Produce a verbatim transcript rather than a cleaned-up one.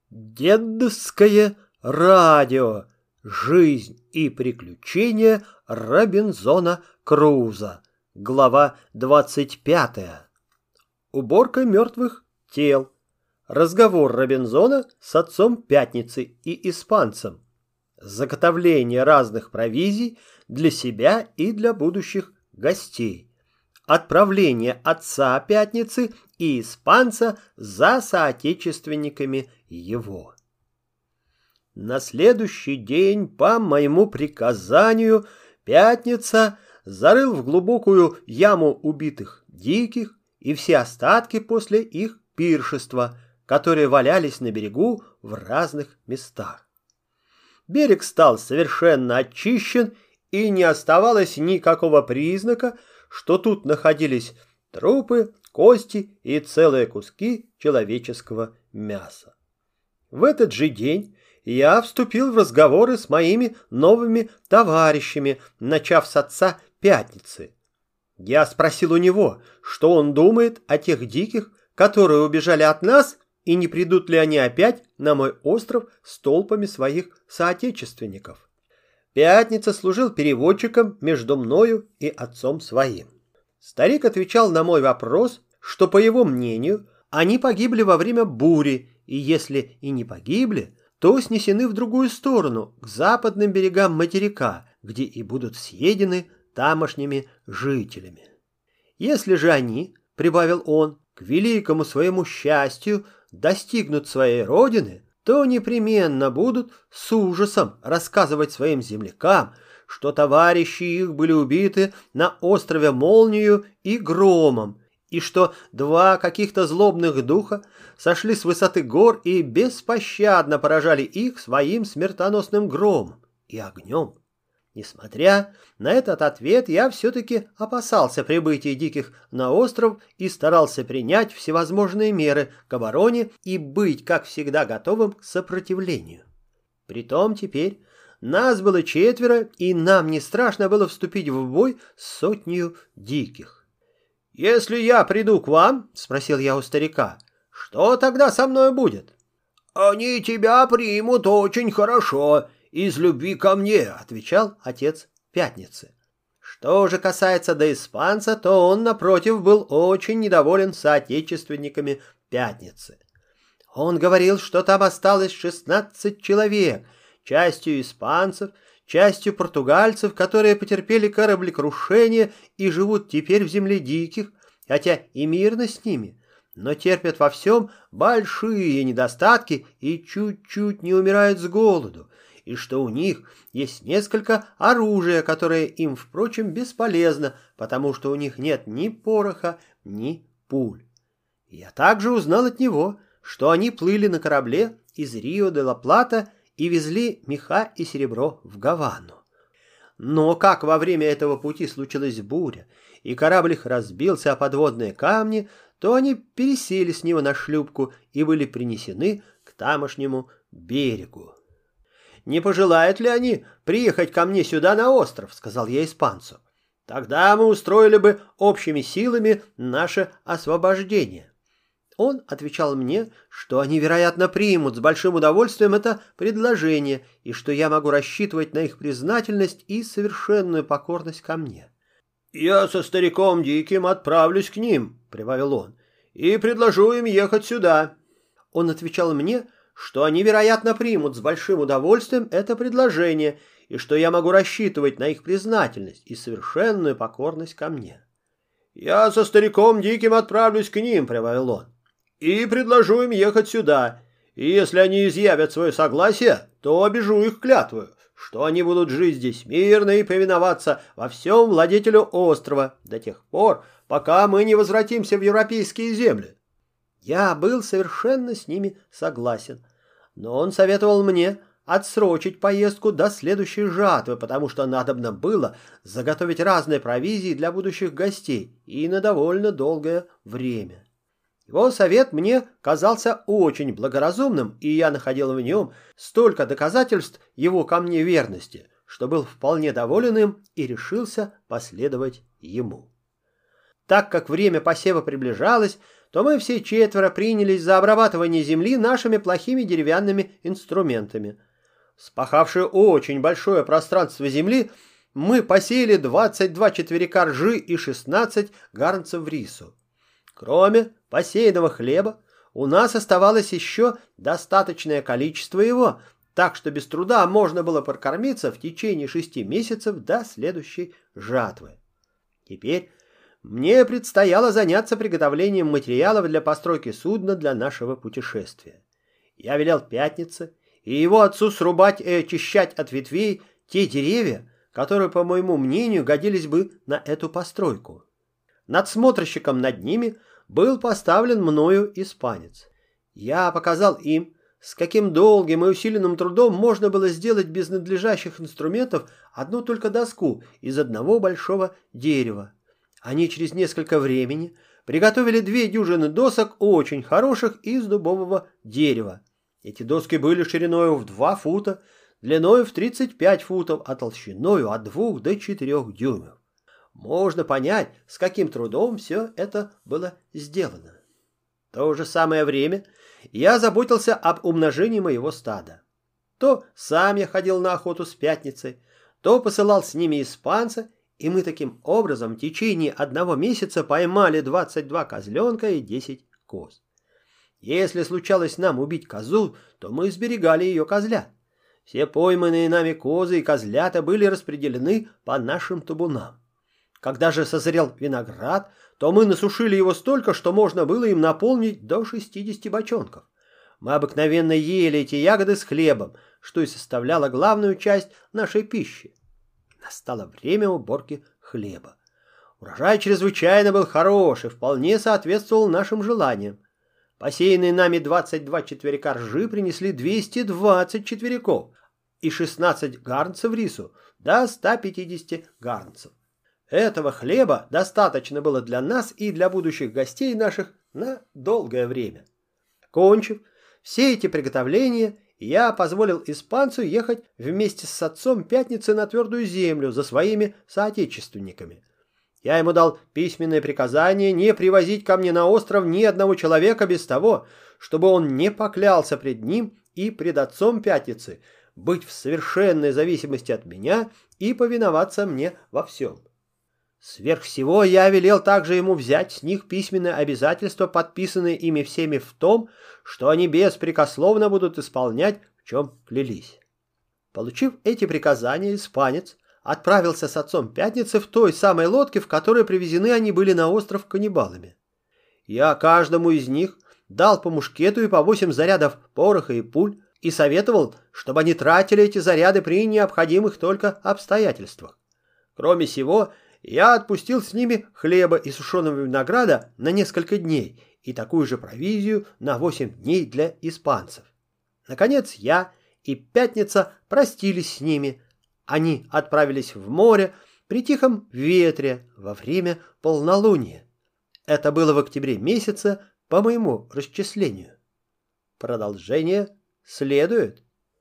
Дедовское радио. Жизнь и приключения Робинзона Круза. Глава двадцать пятая. Уборка мертвых тел. Разговор Робинзона с отцом Пятницы и испанцем. Заготовление разных провизий для себя и для будущих гостей. Отправление отца Пятницы и испанца за соотечественниками его. На следующий день по моему приказанию Пятница зарыл в глубокую яму убитых диких и все остатки после их пиршества, которые валялись на берегу в разных местах. Берег стал совершенно очищен, и не оставалось никакого признака, что тут находились трупы, кости и целые куски человеческого мяса. В этот же день я вступил в разговоры с моими новыми товарищами, начав с отца Пятницы. Я спросил у него, что он думает о тех диких, которые убежали от нас, и не придут ли они опять на мой остров с толпами своих соотечественников. Пятница служил переводчиком между мною и отцом своим. Старик отвечал на мой вопрос, что, по его мнению, они погибли во время бури, и если и не погибли, то снесены в другую сторону, к западным берегам материка, где и будут съедены тамошними жителями. Если же они, прибавил он, к великому своему счастью достигнут своей родины, то непременно будут с ужасом рассказывать своим землякам, что товарищи их были убиты на острове Молнию и Громом, и что два каких-то злобных духа сошли с высоты гор и беспощадно поражали их своим смертоносным громом и огнем. Несмотря на этот ответ, я все-таки опасался прибытия диких на остров и старался принять всевозможные меры к обороне и быть, как всегда, готовым к сопротивлению. Притом теперь нас было четверо, и нам не страшно было вступить в бой с сотнею диких. «Если я приду к вам, — спросил я у старика, — что тогда со мной будет?» «Они тебя примут очень хорошо, из любви ко мне, — отвечал отец Пятницы. Что же касается до испанца, то он, напротив, был очень недоволен соотечественниками Пятницы. Он говорил, что там осталось шестнадцать человек, частью испанцев, частью португальцев, которые потерпели кораблекрушение и живут теперь в земле диких, хотя и мирно с ними, но терпят во всем большие недостатки и чуть-чуть не умирают с голоду, и что у них есть несколько оружия, которое им, впрочем, бесполезно, потому что у них нет ни пороха, ни пуль. Я также узнал от него, что они плыли на корабле из Рио-де-ла-Плата и везли меха и серебро в Гавану. Но как во время этого пути случилась буря, и корабль их разбился о подводные камни, то они пересели с него на шлюпку и были принесены к тамошнему берегу. «Не пожелают ли они приехать ко мне сюда на остров?» — сказал я испанцу. «Тогда мы устроили бы общими силами наше освобождение». Он отвечал мне, что они, вероятно, примут с большим удовольствием это предложение, и что я могу рассчитывать на их признательность и совершенную покорность ко мне. «Я со стариком Диким отправлюсь к ним», — прибавил он, — «и предложу им ехать сюда». Он отвечал мне, что они, вероятно, примут с большим удовольствием это предложение, и что я могу рассчитывать на их признательность и совершенную покорность ко мне. «Я со стариком Диким отправлюсь к ним», — прибавил он, — «и предложу им ехать сюда, и если они изъявят свое согласие, то обижу их клятвою, что они будут жить здесь мирно и повиноваться во всем владетелю острова до тех пор, пока мы не возвратимся в европейские земли». Я был совершенно с ними согласен, но он советовал мне отсрочить поездку до следующей жатвы, потому что надобно было заготовить разные провизии для будущих гостей и на довольно долгое время. Его совет мне казался очень благоразумным, и я находил в нем столько доказательств его ко мне верности, что был вполне доволен им и решился последовать ему. Так как время посева приближалось, то мы все четверо принялись за обрабатывание земли нашими плохими деревянными инструментами. Спахавши очень большое пространство земли, мы посеяли двадцать два четверика ржи и шестнадцать гарнцев рису. Кроме посеянного хлеба, у нас оставалось еще достаточное количество его, так что без труда можно было прокормиться в течение шести месяцев до следующей жатвы. Теперь мне предстояло заняться приготовлением материалов для постройки судна для нашего путешествия. Я велел Пятнице и его отцу срубать и очищать от ветвей те деревья, которые, по моему мнению, годились бы на эту постройку. Надсмотрщиком над ними был поставлен мною испанец. Я показал им, с каким долгим и усиленным трудом можно было сделать без надлежащих инструментов одну только доску из одного большого дерева. Они через несколько времени приготовили две дюжины досок, очень хороших, из дубового дерева. Эти доски были шириною в два фута, длиною в тридцать пять футов, а толщиною от двух до четырех дюймов. Можно понять, с каким трудом все это было сделано. В то же самое время я заботился об умножении моего стада. То сам я ходил на охоту с Пятницей, то посылал с ними испанца, и мы таким образом в течение одного месяца поймали двадцать два козленка и десять коз. Если случалось нам убить козу, то мы сберегали ее козлят. Все пойманные нами козы и козлята были распределены по нашим табунам. Когда же созрел виноград, то мы насушили его столько, что можно было им наполнить до шестидесяти бочонков. Мы обыкновенно ели эти ягоды с хлебом, что и составляло главную часть нашей пищи. Настало время уборки хлеба. Урожай чрезвычайно был хорош и вполне соответствовал нашим желаниям. Посеянные нами двадцать два четверика ржи принесли двести двадцать четвериков и шестнадцать гарнцев рису до ста пятидесяти гарнцев. Этого хлеба достаточно было для нас и для будущих гостей наших на долгое время. Кончив все эти приготовления, я позволил испанцу ехать вместе с отцом Пятницы на твердую землю за своими соотечественниками. Я ему дал письменное приказание не привозить ко мне на остров ни одного человека без того, чтобы он не поклялся пред ним и пред отцом Пятницы быть в совершенной зависимости от меня и повиноваться мне во всем. Сверх всего я велел также ему взять с них письменное обязательство, подписанное ими всеми в том, что они беспрекословно будут исполнять, в чем клялись. Получив эти приказания, испанец отправился с отцом Пятницы в той самой лодке, в которой привезены они были на остров каннибалами. Я каждому из них дал по мушкету и по восемь зарядов пороха и пуль и советовал, чтобы они тратили эти заряды при необходимых только обстоятельствах. Кроме сего, я отпустил с ними хлеба и сушеного винограда на несколько дней и такую же провизию на восемь дней для испанцев. Наконец я и Пятница простились с ними. Они отправились в море при тихом ветре во время полнолуния. Это было в октябре месяце по моему расчислению. Продолжение следует.